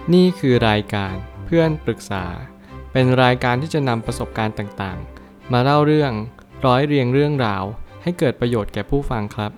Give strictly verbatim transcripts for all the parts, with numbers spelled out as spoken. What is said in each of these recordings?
นี่คือรายการเพื่อนปรึกษาเป็นรายการที่จะนำประสบการณ์ต่างๆมาเล่าเรื่องร้อยเรียงเรื่องราวให้เกิดประโยชน์แก่ผู้ฟังครับ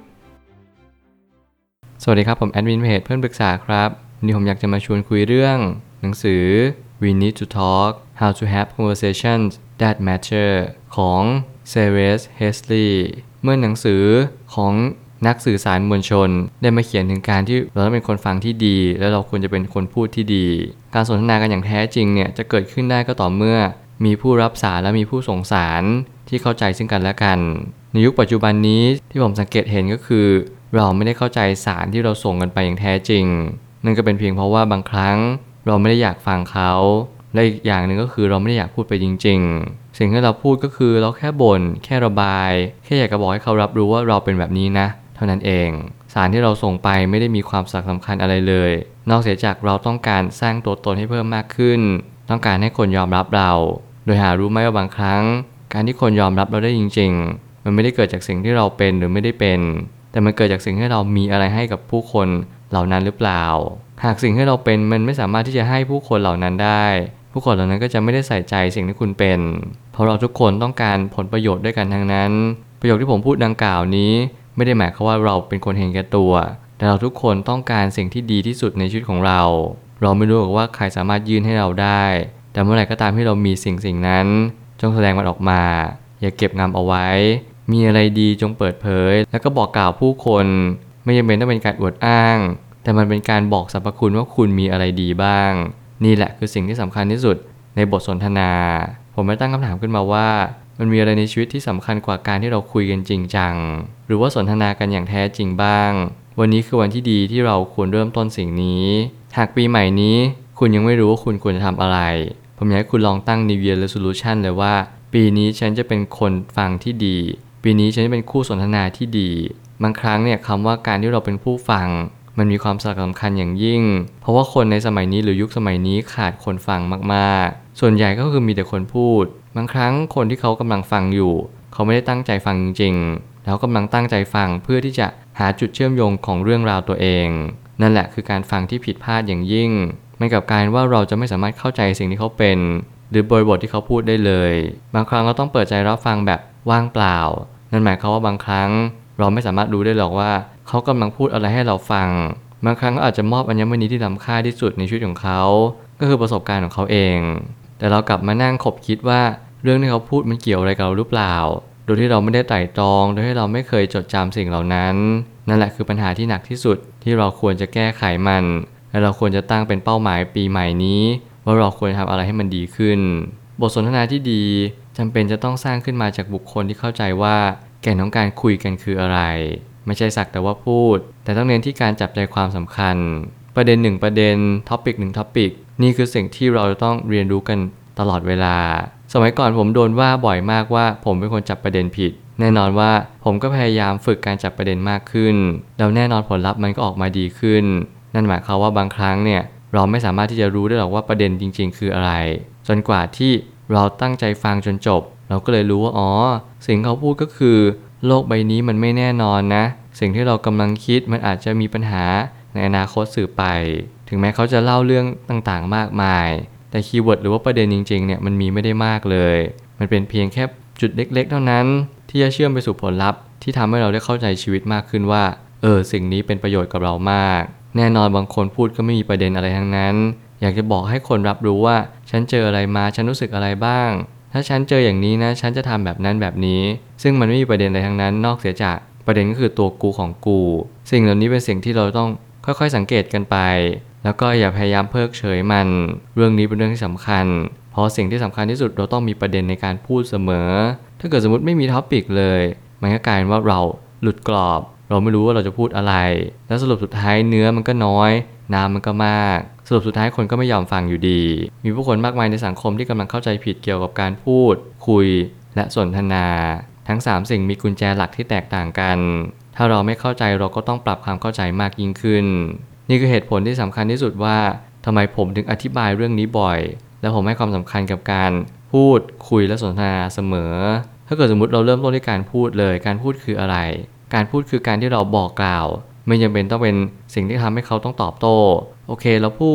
สวัสดีครับผมแอดมินเพจเพื่อนปรึกษาครับวันนี้ผมอยากจะมาชวนคุยเรื่องหนังสือ We Need to Talk How to Have Conversations That Matter ของ Ceres Hesley เมื่อหนังสือของนักสื่อสารมวลชนได้มาเขียนถึงการที่เราต้องเป็นคนฟังที่ดีและเราควรจะเป็นคนพูดที่ดีการสนทนากันอย่างแท้จริงเนี่ยจะเกิดขึ้นได้ก็ต่อเมื่อมีผู้รับสารและมีผู้ส่งสารที่เข้าใจซึ่งกันและกันในยุคปัจจุบันนี้ที่ผมสังเกตเห็นก็คือเราไม่ได้เข้าใจสารที่เราส่งกันไปอย่างแท้จริงนั่นก็เป็นเพียงเพราะว่าบางครั้งเราไม่ได้อยากฟังเขาและอีกอย่างหนึ่งก็คือเราไม่ได้อยากพูดไปจริงๆสิ่งที่เราพูดก็คือเราแค่บ่นแค่ระบายแค่อยากจะบอกให้เขารับรู้ว่าเราเป็นแบบนี้นะเท่านั้นเองสารที่เราส่งไปไม่ได้มีความสำคัญอะไรเลยนอกเสียจากเราต้องการสร้างตัวตนให้เพิ่มมากขึ้นต้องการให้คนยอมรับเราโดยหารู้ไหมว่าบางครั้งการที่คนยอมรับเราได้จริงๆมันไม่ได้เกิดจากสิ่งที่เราเป็นหรือไม่ได้เป็นแต่มันเกิดจากสิ่งที่เรามีอะไรให้กับผู้คนเหล่านั้นหรือเปล่าหากสิ่งที่เราเป็นมันไม่สามารถที่จะให้ผู้คนเหล่านั้นได้ผู้คนเหล่านั้นก็จะไม่ได้ใส่ใจสิ่งที่คุณเป็นเพราะเราทุกคนต้องการผลประโยชน์ด้วยกันทั้งนั้นประโยคที่ผมพูดดังกล่าวนี้ไม่ได้หมายความว่าเราเป็นคนเห็นแก่ตัวแต่เราทุกคนต้องการสิ่งที่ดีที่สุดในชีวิตของเราเราไม่รู้หรอกว่าใครสามารถยื่นให้เราได้แต่เมื่อไหร่ก็ตามที่เรามีสิ่งสิ่งนั้นจงแสดงมันออกมาอย่าเก็บงำเอาไว้มีอะไรดีจงเปิดเผยแล้วก็บอกกล่าวผู้คนไม่จำเป็นต้องเป็นการอวดอ้างแต่มันเป็นการบอกสรรพคุณว่าคุณมีอะไรดีบ้างนี่แหละคือสิ่งที่สำคัญที่สุดในบทสนทนาผมไม่ตั้งคำถามขึ้นมาว่ามันมีอะไรในชีวิตที่สำคัญกว่าการที่เราคุยกันจริงจังหรือว่าสนทนากันอย่างแท้จริงบ้างวันนี้คือวันที่ดีที่เราควรเริ่มต้นสิ่งนี้หากปีใหม่นี้คุณยังไม่รู้ว่าคุณควรจะทำอะไรผมอยากให้คุณลองตั้ง New Year Resolution เลยว่าปีนี้ฉันจะเป็นคนฟังที่ดีปีนี้ฉันจะเป็นคู่สนทนาที่ดีบางครั้งเนี่ยคำว่าการที่เราเป็นผู้ฟังมันมีความสำคัญอย่างยิ่งเพราะว่าคนในสมัยนี้หรือยุคสมัยนี้ขาดคนฟังมากๆส่วนใหญ่ก็คือมีแต่คนพูดบางครั้งคนที่เขากำลังฟังอยู่เขาไม่ได้ตั้งใจฟังจริงๆแล้วกำลังตั้งใจฟังเพื่อที่จะหาจุดเชื่อมโยงของเรื่องราวตัวเองนั่นแหละคือการฟังที่ผิดพลาดอย่างยิ่งไม่กับการว่าเราจะไม่สามารถเข้าใจสิ่งที่เขาเป็นหรือบริบทที่เขาพูดได้เลยบางครั้งเราต้องเปิดใจรับฟังแบบว่างเปล่านั่นหมายความว่าบางครั้งเราไม่สามารถรู้ได้หรอกว่าเขากำลังพูดอะไรให้เราฟังบางครั้งก็อาจจะมอบอัญมณีที่ล้ำค่าที่สุดในชีวิตของเขาก็คือประสบการณ์ของเขาเองแต่เรากลับมานั่งคบคิดว่าเรื่องที่เขาพูดมันเกี่ยวอะไรกับเราหรือเปล่าโดยที่เราไม่ได้ไตร่ตรองโดยที่เราไม่เคยจดจำสิ่งเหล่านั้นนั่นแหละคือปัญหาที่หนักที่สุดที่เราควรจะแก้ไขมันและเราควรจะตั้งเป็นเป้าหมายปีใหม่นี้ว่าเราควรทำอะไรให้มันดีขึ้นบทสนทนาที่ดีจำเป็นจะต้องสร้างขึ้นมาจากบุคคลที่เข้าใจว่าแก่นของการคุยกันคืออะไรไม่ใช่สักแต่ว่าพูดแต่ต้องเน้นที่การจับใจความสำคัญประเด็นหนึ่งประเด็นท็อปิกหนึ่งท็อปิกนี่คือสิ่งที่เราจะต้องเรียนรู้กันตลอดเวลาสมัยก่อนผมโดนว่าบ่อยมากว่าผมเป็นคนจับประเด็นผิดแน่นอนว่าผมก็พยายามฝึกการจับประเด็นมากขึ้นแล้วแน่นอนผลลัพธ์มันก็ออกมาดีขึ้นนั่นหมายความว่าบางครั้งเนี่ยเราไม่สามารถที่จะรู้ได้หรอกว่าประเด็นจริงๆคืออะไรจนกว่าที่เราตั้งใจฟังจนจบเราก็เลยรู้ว่าอ๋อสิ่งเขาพูดก็คือโลกใบนี้มันไม่แน่นอนนะสิ่งที่เรากำลังคิดมันอาจจะมีปัญหาในอนาคตสืบไปถึงแม้เขาจะเล่าเรื่องต่างๆมากมายแต่คีย์เวิร์ดหรือว่าประเด็นจริงๆเนี่ยมันมีไม่ได้มากเลยมันเป็นเพียงแค่จุดเล็กๆเท่านั้นที่จะเชื่อมไปสู่ผลลัพธ์ที่ทำให้เราได้เข้าใจชีวิตมากขึ้นว่าเออสิ่งนี้เป็นประโยชน์กับเรามากแน่นอนบางคนพูดก็ไม่มีประเด็นอะไรทั้งนั้นอยากจะบอกให้คนรับรู้ว่าฉันเจออะไรมาฉันรู้สึกอะไรบ้างถ้าฉันเจออย่างนี้นะฉันจะทำแบบนั้นแบบนี้ซึ่งมันไม่มีประเด็นอะไรทั้งนั้นนอกเสียจากประเด็นก็คือตัวกูของกูสิ่งเหล่านี้เป็นสิ่งที่เราต้องค่อยๆสังเกตกันไปแล้วก็อย่าพยายามเพิกเฉยมันเรื่องนี้เป็นเรื่องที่สำคัญเพราะสิ่งที่สำคัญที่สุดเราต้องมีประเด็นในการพูดเสมอถ้าเกิดสมมติไม่มีท็อปิกเลยมันก็กลายเป็นว่าเราหลุดกรอบเราไม่รู้ว่าเราจะพูดอะไรแล้วสรุปสุดท้ายเนื้อมันก็น้อยน้ำมันก็มากสรุปสุดท้ายคนก็ไม่ยอมฟังอยู่ดีมีผู้คนมากมายในสังคมที่กำลังเข้าใจผิดเกี่ยวกับการพูดคุยและสนทนาทั้งสามสิ่งมีกุญแจหลักที่แตกต่างกันถ้าเราไม่เข้าใจเราก็ต้องปรับความเข้าใจมากยิ่งขึ้นนี่คือเหตุผลที่สำคัญที่สุดว่าทำไมผมถึงอธิบายเรื่องนี้บ่อยและผมให้ความสำคัญกับการพูดคุยและสนทนาเสมอถ้าเกิดสมมติเราเริ่มต้นด้วยการพูดเลยการพูดคืออะไรการพูดคือการที่เราบอกกล่าวไม่จำเป็นต้องเป็นสิ่งที่ทำให้เขาต้องตอบโต้โอเคเราพูดค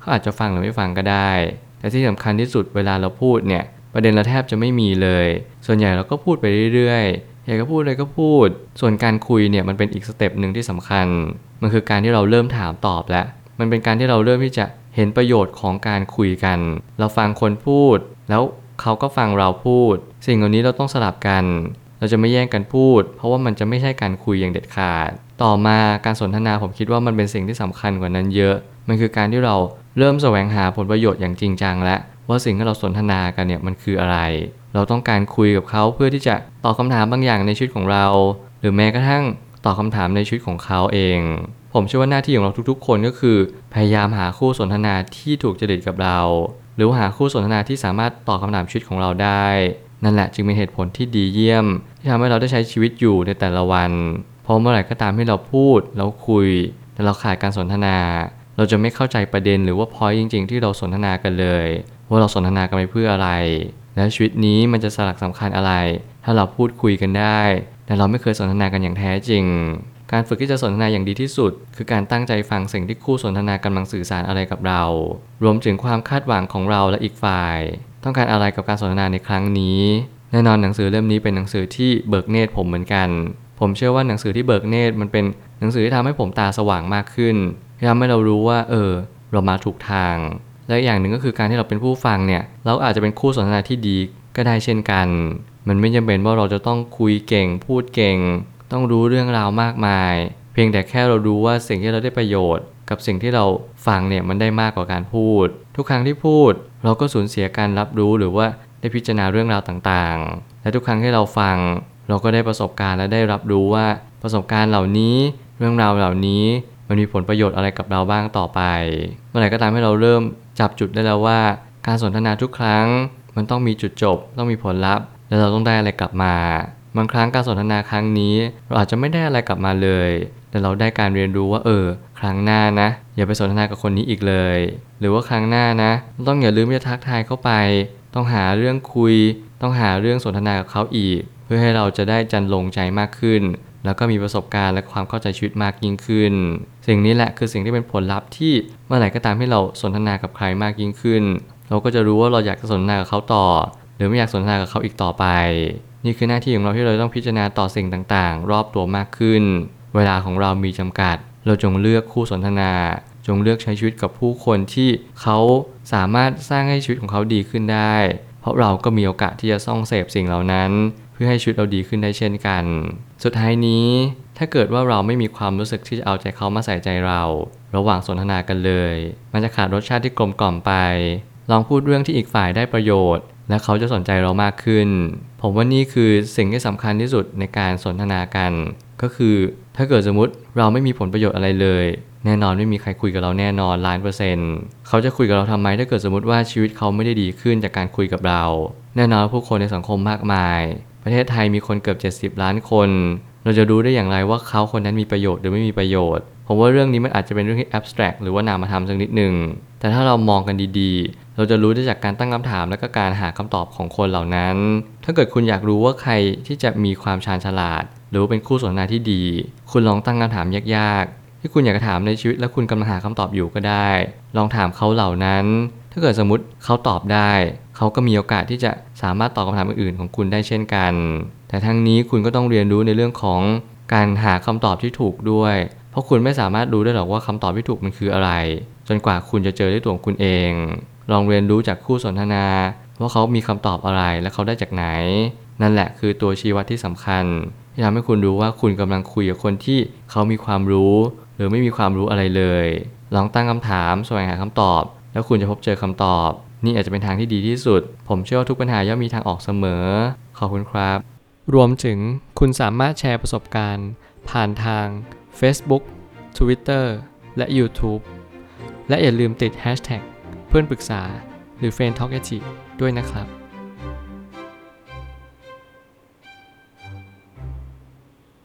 เขาอาจจะฟังหรือไม่ฟังก็ได้แต่ที่สำคัญที่สุดเวลาเราพูดเนี่ยประเด็นเราแทบจะไม่มีเลยส่วนใหญ่เราก็พูดไปเรื่อยๆอยากจะพูดอะไรก็พูดส่วนการคุยเนี่ยมันเป็นอีกสเต็ปหนึ่งที่สำคัญมันคือการที่เราเริ่มถามตอบแล้วมันเป็นการที่เราเริ่มที่จะเห็นประโยชน์ของการคุยกันเราฟังคนพูดแล้วเขาก็ฟังเราพูดสิ่งเหล่านี้เราต้องสลับกันเราจะไม่แย่งกันพูดเพราะว่ามันจะไม่ใช่การคุยอย่างเด็ดขาดต่อมาการสนทนาผมคิดว่ามันเป็นสิ่งที่สำคัญกว่านั้นเยอะมันคือการที่เราเริ่มแสวงหาผลประโยชน์อย่างจริงจังแล้วว่าสิ่งที่เราสนทนากันเนี่ยมันคืออะไรเราต้องการคุยกับเขาเพื่อที่จะตอบคำถามบางอย่างในชีวิตของเราหรือแม้กระทั่งตอบคำถามในชีวิตของเขาเองผมเชื่อว่าหน้าที่ของเราทุกๆคนก็คือพยายามหาคู่สนทนาที่ถูกจริตกับเราหรือหาคู่สนทนาที่สามารถตอบคำถามชีวิตของเราได้นั่นแหละจึงเป็นเหตุผลที่ดีเยี่ยมที่ทำให้เราได้ใช้ชีวิตอยู่ในแต่ละวันเพราะเมื่อไหร่ก็ตามที่เราพูดแล้วคุยแต่เราขาดการสนทนาเราจะไม่เข้าใจประเด็นหรือว่าพอยต์จริงๆที่เราสนทนากันเลยว่าเราสนทนากันไปเพื่ออะไรและชีวิตนี้มันจะสลักสำคัญอะไรถ้าเราพูดคุยกันได้แต่เราไม่เคยสนทนากันอย่างแท้จริงการฝึกที่จะสนทนาอย่างดีที่สุดคือการตั้งใจฟังสิ่งที่คู่สนทนากำลังสื่อสารอะไรกับเรารวมถึงความคาดหวังของเราและอีกฝ่ายต้องการอะไรกับการสนทนาในครั้งนี้แน่นอนหนังสือเล่มนี้เป็นหนังสือที่เบิกเนตรผมเหมือนกันผมเชื่อว่าหนังสือที่เบิกเนตรมันเป็นหนังสือที่ทำให้ผมตาสว่างมากขึ้นที่ทำให้เรารู้ว่าเออเรามาถูกทางและอย่างหนึ่งก็คือการที่เราเป็นผู้ฟังเนี่ยเราอาจจะเป็นคู่สนทนาที่ดีก็ได้เช่นกันมันไม่จำเป็นว่าเราจะต้องคุยเก่งพูดเก่งต้องรู้เรื่องราวมากมายเพียงแต่แค่เรารู้ว่าสิ่งที่เราได้ประโยชน์กับสิ่งที่เราฟังเนี่ยมันได้มากกว่าการพูดทุกครั้งที่พูดเราก็สูญเสียการรับรู้หรือว่าได้พิจารณาเรื่องราวต่างๆและทุกครั้งที่เราฟังเราก็ได้ประสบการณ์และได้รับรู้ว่าประสบการณ์เหล่านี้เรื่องราวเหล่านี้มันมีผลประโยชน์อะไรกับเราบ้างต่อไปเมื่อไหร่ก็ตามให้เราเริ่มจับจุดได้แล้วว่าการสนทนาทุกครั้งมันต้องมีจุดจบต้องมีผลลัพธ์และเราต้องได้อะไรกลับมาบางครั้งการสนทนาครั้งนี้เราอาจจะไม่ได้อะไรกลับมาเลยแต่เราได้การเรียนรู้ว่าเออครั้งหน้านะอย่าไปสนทนากับคนนี้อีกเลยหรือว่าครั้งหน้านะต้องอย่าลืมที่จะทักทายเข้าไปต้องหาเรื่องคุยต้องหาเรื่องสนทนากับเขาอีกเพื่อให้เราจะได้จันลงใจมากขึ้นแล้วก็มีประสบการณ์และความเข้าใจชีวิตมากยิ่งขึ้นสิ่งนี้แหละคือสิ่งที่เป็นผลลัพธ์ที่เมื่อไหร่ก็ตามที่เราสนทนากับใครมากยิ่งขึ้นเราก็จะรู้ว่าเราอยากจะสนทนากับเขาต่อหรือไม่อยากสนทนากับเขาอีกต่อไปนี่คือหน้าที่ของเราที่เราต้องพิจารณาต่อสิ่งต่างๆรอบตัวมากขึ้นเวลาของเรามีจำกัดเราจงเลือกคู่สนทนาจงเลือกใช้ชีวิตกับผู้คนที่เขาสามารถสร้างให้ชีวิตของเขาดีขึ้นได้เพราะเราก็มีโอกาสที่จะส่องเสพสิ่งเหล่านั้นเพื่อให้ชีวิตเราดีขึ้นได้เช่นกันสุดท้ายนี้ถ้าเกิดว่าเราไม่มีความรู้สึกที่จะเอาใจเขามาใส่ใจเราระหว่างสนทนากันเลยมันจะขาดรสชาติที่กลมกล่อมไปลองพูดเรื่องที่อีกฝ่ายได้ประโยชน์และเขาจะสนใจเรามากขึ้นผมว่านี่คือสิ่งที่สำคัญที่สุดในการสนทนากันก็คือถ้าเกิดสมมติเราไม่มีผลประโยชน์อะไรเลยแน่นอนไม่มีใครคุยกับเราแน่นอนล้านเปอร์เซ็นต์เขาจะคุยกับเราทำไมถ้าเกิดสมมติว่าชีวิตเขาไม่ได้ดีขึ้นจากการคุยกับเราแน่นอนผู้คนในสังคมมากมายประเทศไทยมีคนเกือบเจ็ดสิบล้านคนเราจะรู้ได้อย่างไรว่าเขาคนนั้นมีประโยชน์หรือไม่มีประโยชน์ผมว่าเรื่องนี้มันอาจจะเป็นเรื่องที่ abstract หรือว่านามธรรมสักนิดหนึ่งแต่ถ้าเรามองกันดีๆเราจะรู้ได้จากการตั้งคำถามและก็การหาคำตอบของคนเหล่านั้นถ้าเกิดคุณอยากรู้ว่าใครที่จะมีความชาญฉลาดหรือเป็นคู่สนทนาที่ดีคุณลองตั้งคำถามยากๆที่คุณอยากจะถามในชีวิตและคุณกำลังหาคำตอบอยู่ก็ได้ลองถามเขาเหล่านั้นถ้าเกิดสมมติเขาตอบได้เขาก็มีโอกาสที่จะสามารถตอบคำถามอื่นๆของคุณได้เช่นกันแต่ทั้งนี้คุณก็ต้องเรียนรู้ในเรื่องของการหาคำตอบที่ถูกด้วยเพราะคุณไม่สามารถรู้ได้หรอกว่าคำตอบที่ถูกมันคืออะไรจนกว่าคุณจะเจอด้วยตัวของคุณเองลองเรียนรู้จากคู่สนทนาว่าเขามีคำตอบอะไรและเขาได้จากไหนนั่นแหละคือตัวชี้วัดที่สำคัญที่ทำให้คุณรู้ว่าคุณกำลังคุยกับคนที่เขามีความรู้หรือไม่มีความรู้อะไรเลยลองตั้งคำถามแสวงหาคำตอบแล้วคุณจะพบเจอคำตอบนี่อาจจะเป็นทางที่ดีที่สุดผมเชื่อว่าทุกปัญหาย่อมมีทางออกเสมอขอบคุณครับรวมถึงคุณสามารถแชร์ประสบการณ์ผ่านทาง Facebook Twitter และ YouTube และอย่าลืมติด แฮชแท็ก เพื่อนปรึกษาหรือ เฟรนด์ ทอล์ก ด้วยนะครับ